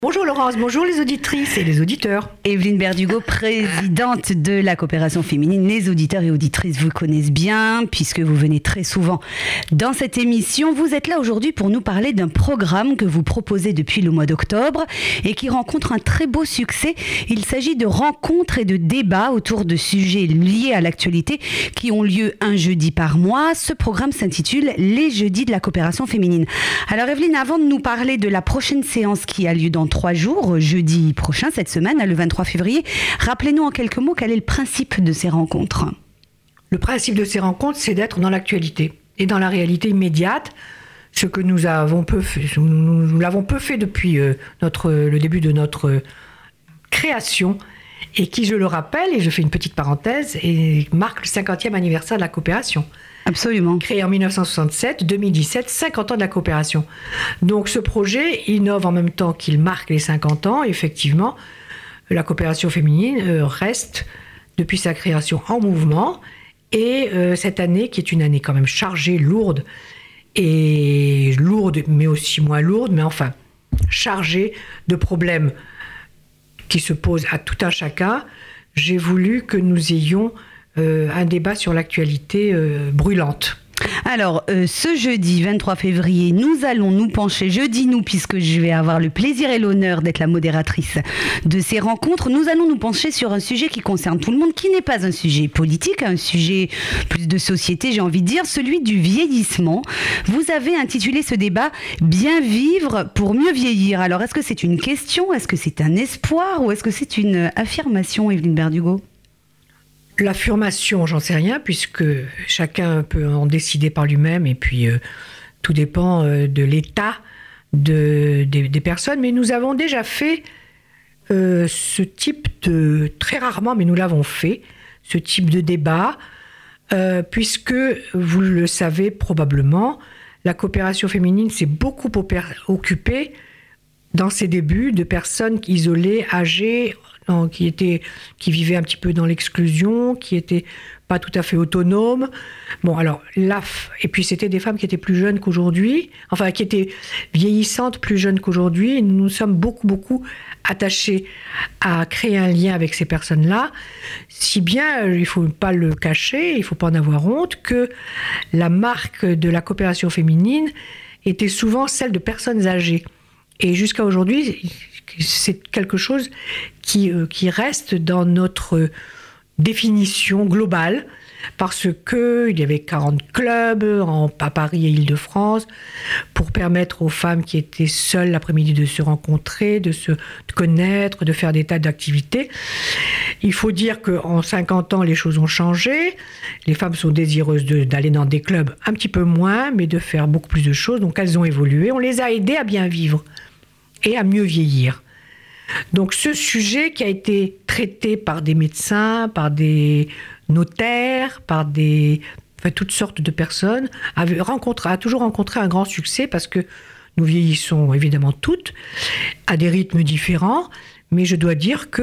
Bonjour Laurence, bonjour les auditrices et les auditeurs. Evelyne Berdugo, présidente de la coopération féminine. Les auditeurs et auditrices vous connaissent bien puisque vous venez très souvent dans cette émission. Vous êtes là aujourd'hui pour nous parler d'un programme que vous proposez depuis le mois d'octobre et qui rencontre un très beau succès. Il s'agit de rencontres et de débats autour de sujets liés à l'actualité qui ont lieu un jeudi par mois. Ce programme s'intitule Les Jeudis de la coopération féminine. Alors Evelyne, avant de nous parler de la prochaine séance qui a lieu dans 3 jours, jeudi prochain, cette semaine, le 23 février. Rappelez-nous en quelques mots quel est le principe de ces rencontres. Le principe de ces rencontres, c'est d'être dans l'actualité et dans la réalité immédiate, ce que nous l'avons peu fait depuis le début de notre création et qui, je le rappelle, et je fais une petite parenthèse, et marque le 50e anniversaire de la coopération. Absolument. Créé en 1967, 2017, 50 ans de la coopération. Donc ce projet innove en même temps qu'il marque les 50 ans. Effectivement, la coopération féminine reste, depuis sa création, en mouvement. Et cette année, qui est une année quand même chargée, lourde, mais aussi moins lourde, mais enfin chargée de problèmes qui se posent à tout un chacun, j'ai voulu que nous ayons un débat sur l'actualité brûlante. Alors, ce jeudi 23 février, nous allons nous pencher, je dis nous puisque je vais avoir le plaisir et l'honneur d'être la modératrice de ces rencontres, nous allons nous pencher sur un sujet qui concerne tout le monde, qui n'est pas un sujet politique, un sujet plus de société, j'ai envie de dire, celui du vieillissement. Vous avez intitulé ce débat « Bien vivre pour mieux vieillir ». Alors, est-ce que c'est une question, est-ce que c'est un espoir ou est-ce que c'est une affirmation, Evelyne Berdugo ? L'affirmation, j'en sais rien, puisque chacun peut en décider par lui-même, et puis tout dépend de l'état des personnes. Mais nous avons déjà fait ce type très rarement, mais nous l'avons fait, ce type de débat, puisque, vous le savez probablement, la coopération féminine s'est beaucoup occupée, dans ses débuts, de personnes isolées, âgées, qui vivaient un petit peu dans l'exclusion, qui n'étaient pas tout à fait autonomes. Bon, alors là, et puis c'était des femmes qui étaient plus jeunes qu'aujourd'hui, enfin qui étaient vieillissantes, plus jeunes qu'aujourd'hui. Et nous nous sommes beaucoup attachés à créer un lien avec ces personnes-là, si bien, il ne faut pas le cacher, il ne faut pas en avoir honte, que la marque de la coopération féminine était souvent celle de personnes âgées. Et jusqu'à aujourd'hui, c'est quelque chose qui reste dans notre définition globale, parce qu'il y avait 40 clubs à Paris et Île-de-France pour permettre aux femmes qui étaient seules l'après-midi de se rencontrer, de se connaître, de faire des tas d'activités. Il faut dire qu'en 50 ans, les choses ont changé. Les femmes sont désireuses d'aller dans des clubs un petit peu moins, mais de faire beaucoup plus de choses. Donc elles ont évolué. On les a aidées à bien vivre et à mieux vieillir. Donc ce sujet qui a été traité par des médecins, par des notaires, par toutes sortes de personnes, a toujours rencontré un grand succès parce que nous vieillissons évidemment toutes à des rythmes différents, mais je dois dire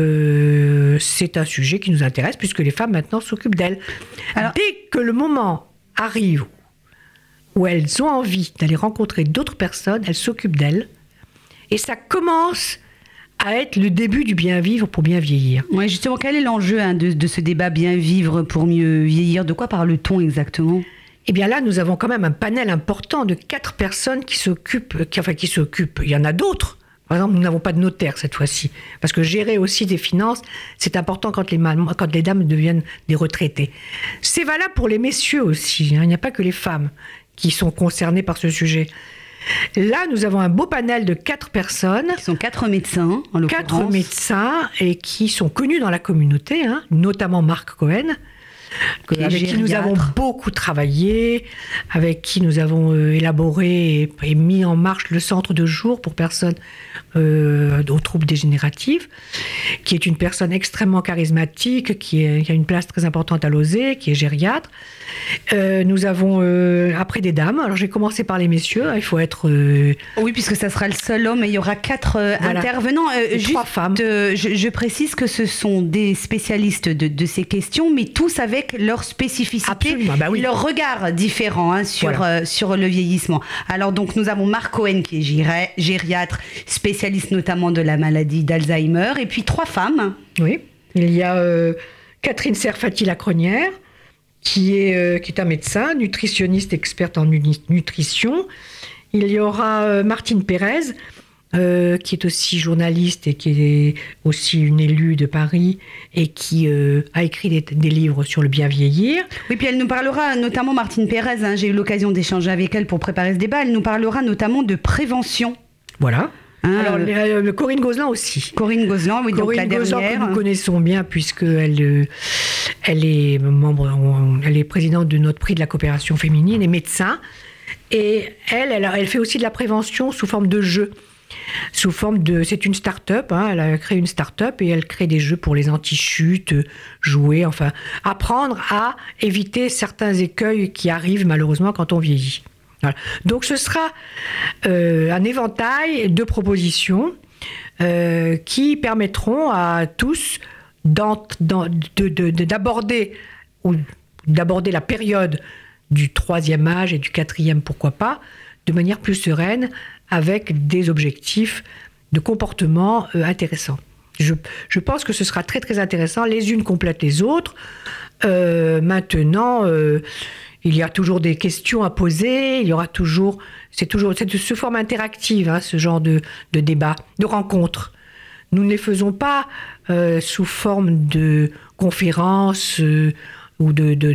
que c'est un sujet qui nous intéresse puisque les femmes maintenant s'occupent d'elles. Alors, dès que le moment arrive où elles ont envie d'aller rencontrer d'autres personnes, elles s'occupent d'elles. Et ça commence à être le début du bien vivre pour bien vieillir. Oui, justement, quel est l'enjeu de ce débat bien vivre pour mieux vieillir ? De quoi parle-t-on exactement ? Eh bien là, nous avons quand même un panel important de 4 personnes qui s'occupent. Il y en a d'autres. Par exemple, nous n'avons pas de notaire cette fois-ci. Parce que gérer aussi des finances, c'est important quand les dames deviennent des retraitées. C'est valable pour les messieurs aussi. Il n'y a pas que les femmes qui sont concernées par ce sujet. Là, nous avons un beau panel de 4 personnes. Qui sont 4 médecins, en l'occurrence. 4 médecins et qui sont connus dans la communauté, notamment Marc Cohen, avec qui nous avons beaucoup travaillé, avec qui nous avons élaboré et mis en marche le centre de jour pour personnes aux troubles dégénératifs, qui est une personne extrêmement charismatique, qui a une place très importante à l'OSE, qui est gériatre. Nous avons après des dames. Alors j'ai commencé par les messieurs, il faut être... Oui, puisque ça sera le seul homme et il y aura 4 intervenants. Juste 3 femmes. Je précise que ce sont des spécialistes de ces questions, mais tous avec avec leurs spécificités, Absolument, bah oui. leur regard différent sur le vieillissement. Alors donc nous avons Marc Cohen qui est gériatre, spécialiste notamment de la maladie d'Alzheimer, et puis 3 femmes. Oui, il y a Catherine Serfati-Lacronière, qui est un médecin, nutritionniste experte en nutrition. Il y aura Martine Pérez, qui est aussi journaliste et qui est aussi une élue de Paris et qui a écrit des livres sur le bien vieillir. Oui, puis elle nous parlera notamment, Martine Pérez, j'ai eu l'occasion d'échanger avec elle pour préparer ce débat, elle nous parlera notamment de prévention. Voilà. Alors, Corinne Gozlan aussi. Corinne Gozlan, oui, donc la dernière. Corinne Gozlan, que nous connaissons bien, puisqu'elle est membre, elle est présidente de notre prix de la coopération féminine et médecin. Et elle fait aussi de la prévention sous forme de jeux. C'est une start-up, elle a créé une start-up et elle crée des jeux pour les anti-chutes, jouer, enfin, apprendre à éviter certains écueils qui arrivent malheureusement quand on vieillit. Voilà. Donc ce sera un éventail de propositions qui permettront à tous d'aborder la période du 3e âge et du 4e, pourquoi pas, de manière plus sereine, avec des objectifs de comportement intéressants. Je pense que ce sera très très intéressant. Les unes complètent les autres. Maintenant, il y a toujours des questions à poser. Il y aura toujours, c'est sous forme interactive, ce genre de débat, de rencontre. Nous ne les faisons pas sous forme de conférences ou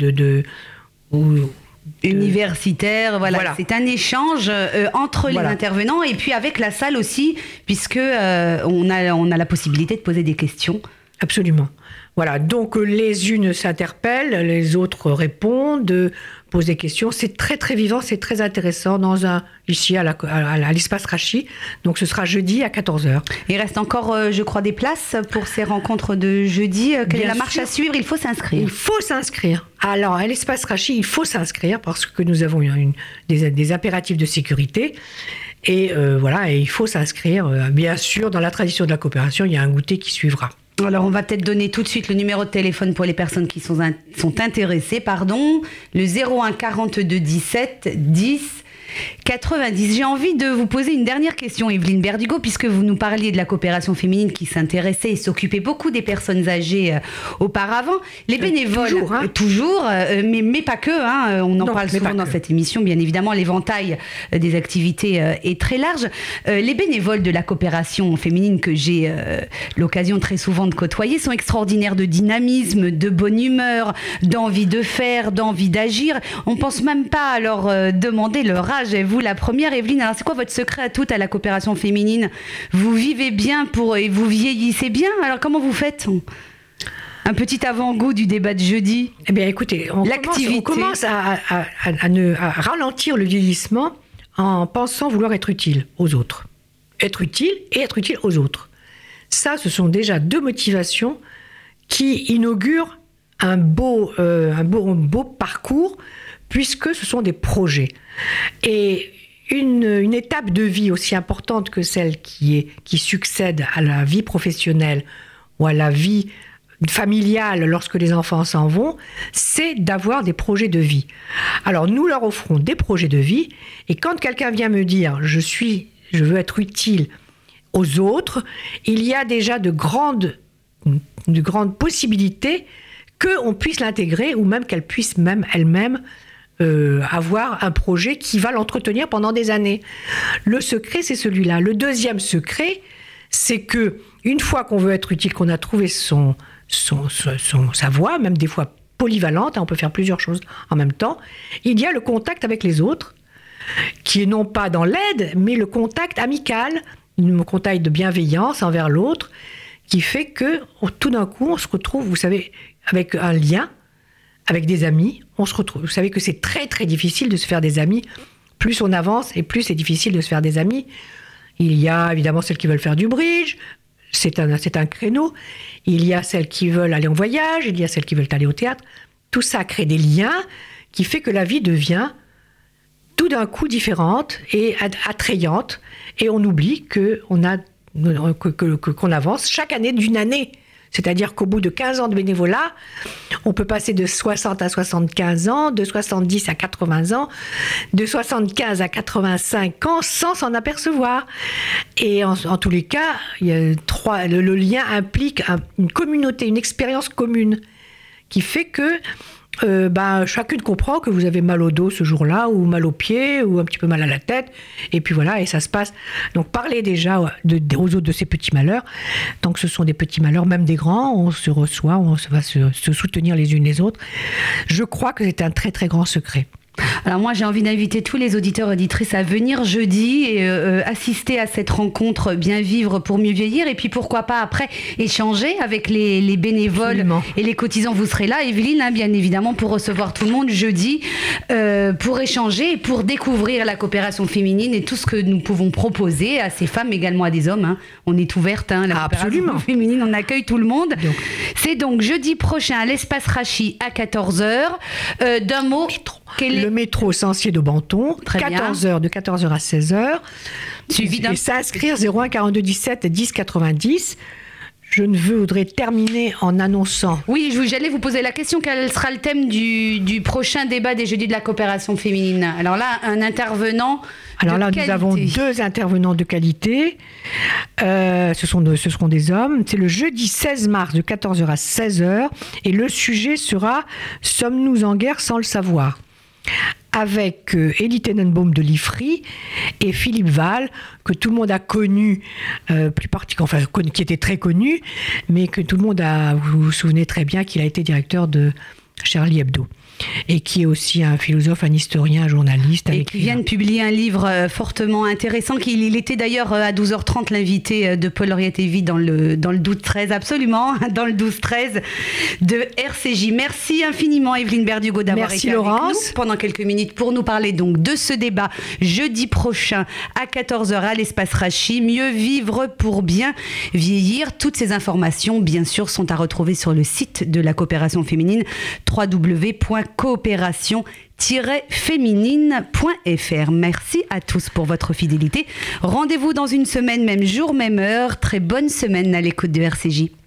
universitaire, voilà. C'est un échange entre les intervenants et puis avec la salle aussi, puisque on a la possibilité de poser des questions. Absolument. Voilà, donc les unes s'interpellent, les autres répondent, posent des questions. C'est très très vivant, c'est très intéressant ici à l'espace Rachi. Donc ce sera jeudi à 14h. Il reste encore, je crois, des places pour ces rencontres de jeudi. Quelle est la marche à suivre ? Il faut s'inscrire. Il faut s'inscrire. Alors à l'espace Rachi, il faut s'inscrire parce que nous avons des impératifs de sécurité. Et et il faut s'inscrire. Bien sûr, dans la tradition de la coopération, il y a un goûter qui suivra. Alors, on va peut-être donner tout de suite le numéro de téléphone pour les personnes qui sont intéressées. Le 01 42 17 10 90. J'ai envie de vous poser une dernière question, Evelyne Berdugo, puisque vous nous parliez de la coopération féminine qui s'intéressait et s'occupait beaucoup des personnes âgées auparavant. Les bénévoles, toujours, mais pas que. On en parle souvent dans cette émission. Bien évidemment, l'éventail des activités est très large. Les bénévoles de la coopération féminine que j'ai l'occasion très souvent de côtoyer sont extraordinaires de dynamisme, de bonne humeur, d'envie de faire, d'envie d'agir. On ne pense même pas à leur demander leur âge. Et vous, la première, Evelyne, alors c'est quoi votre secret à toutes à la coopération féminine ? Vous vivez bien et vous vieillissez bien. Alors comment vous faites ? Un petit avant-goût du débat de jeudi. Eh bien, écoutez, on commence à ralentir le vieillissement en pensant vouloir être utile aux autres. Être utile et être utile aux autres. Ça, ce sont déjà 2 motivations qui inaugurent un beau parcours, puisque ce sont des projets. Et une étape de vie aussi importante que celle qui succède à la vie professionnelle ou à la vie familiale lorsque les enfants s'en vont, c'est d'avoir des projets de vie. Alors nous leur offrons des projets de vie, et quand quelqu'un vient me dire je veux être utile aux autres, il y a déjà de grandes possibilités qu'on puisse l'intégrer, ou même qu'elle puisse même elle-même avoir un projet qui va l'entretenir pendant des années. Le secret, c'est celui-là. Le deuxième secret, c'est que une fois qu'on veut être utile, qu'on a trouvé sa voie, même des fois polyvalente, on peut faire plusieurs choses en même temps, il y a le contact avec les autres, qui est non pas dans l'aide, mais le contact amical, le contact de bienveillance envers l'autre, qui fait que tout d'un coup, on se retrouve, vous savez, avec un lien, avec des amis, on se retrouve. Vous savez que c'est très très difficile de se faire des amis. Plus on avance et plus c'est difficile de se faire des amis. Il y a évidemment celles qui veulent faire du bridge, c'est un créneau. Il y a celles qui veulent aller en voyage, il y a celles qui veulent aller au théâtre. Tout ça crée des liens qui fait que la vie devient tout d'un coup différente et attrayante. Et on oublie qu'on avance chaque année d'une année. C'est-à-dire qu'au bout de 15 ans de bénévolat, on peut passer de 60 à 75 ans, de 70 à 80 ans, de 75 à 85 ans sans s'en apercevoir. Et en tous les cas, le lien implique une communauté, une expérience commune qui fait que chacune comprend que vous avez mal au dos ce jour-là, ou mal aux pieds, ou un petit peu mal à la tête, et puis voilà, et ça se passe. Donc parlez déjà aux autres de ces petits malheurs. Donc ce sont des petits malheurs, même des grands, on se reçoit, on va se soutenir les unes les autres. Je crois que c'est un très très grand secret. Alors moi j'ai envie d'inviter tous les auditeurs et auditrices à venir jeudi et assister à cette rencontre Bien vivre pour mieux vieillir, et puis pourquoi pas après échanger avec les bénévoles. Absolument. Et les cotisants. Vous serez là, Evelyne, bien évidemment, pour recevoir tout le monde jeudi, pour échanger et pour découvrir la coopération féminine et tout ce que nous pouvons proposer à ces femmes, également à des hommes. On est ouverte, la coopération féminine, on accueille tout le monde. C'est donc jeudi prochain à l'espace Rachi à 14h. D'un mot... Le métro Sancier de Banton, 14h, de 14h à 16h. Et s'inscrire 01 42 17 10 90. Je voudrais terminer en annonçant... Oui, j'allais vous poser la question, quel sera le thème du prochain débat des jeudis de la coopération féminine? Alors là, un intervenant nous avons 2 intervenants de qualité. Ce seront des hommes. C'est le jeudi 16 mars de 14h à 16h. Et le sujet sera « Sommes-nous en guerre sans le savoir ?» avec Elie Tenenbaum de l'IFRI et Philippe Val, que tout le monde a connu, qui était très connu, mais que tout le monde vous vous souvenez très bien qu'il a été directeur de Charlie Hebdo. Et qui est aussi un philosophe, un historien, un journaliste. Et qui vient de publier un livre fortement intéressant. Il était d'ailleurs à 12h30 l'invité de Paul-Henriette Evy dans le 12-13, absolument, dans le 12-13 de RCJ. Merci infiniment Evelyne Berdugo d'avoir été avec nous pendant quelques minutes pour nous parler donc de ce débat jeudi prochain à 14h à l'espace Rachi. Mieux vivre pour bien vieillir. Toutes ces informations, bien sûr, sont à retrouver sur le site de la coopération féminine, www.coopération-féminine.fr. Merci à tous pour votre fidélité. Rendez-vous dans une semaine, même jour, même heure. Très bonne semaine à l'écoute de RCJ.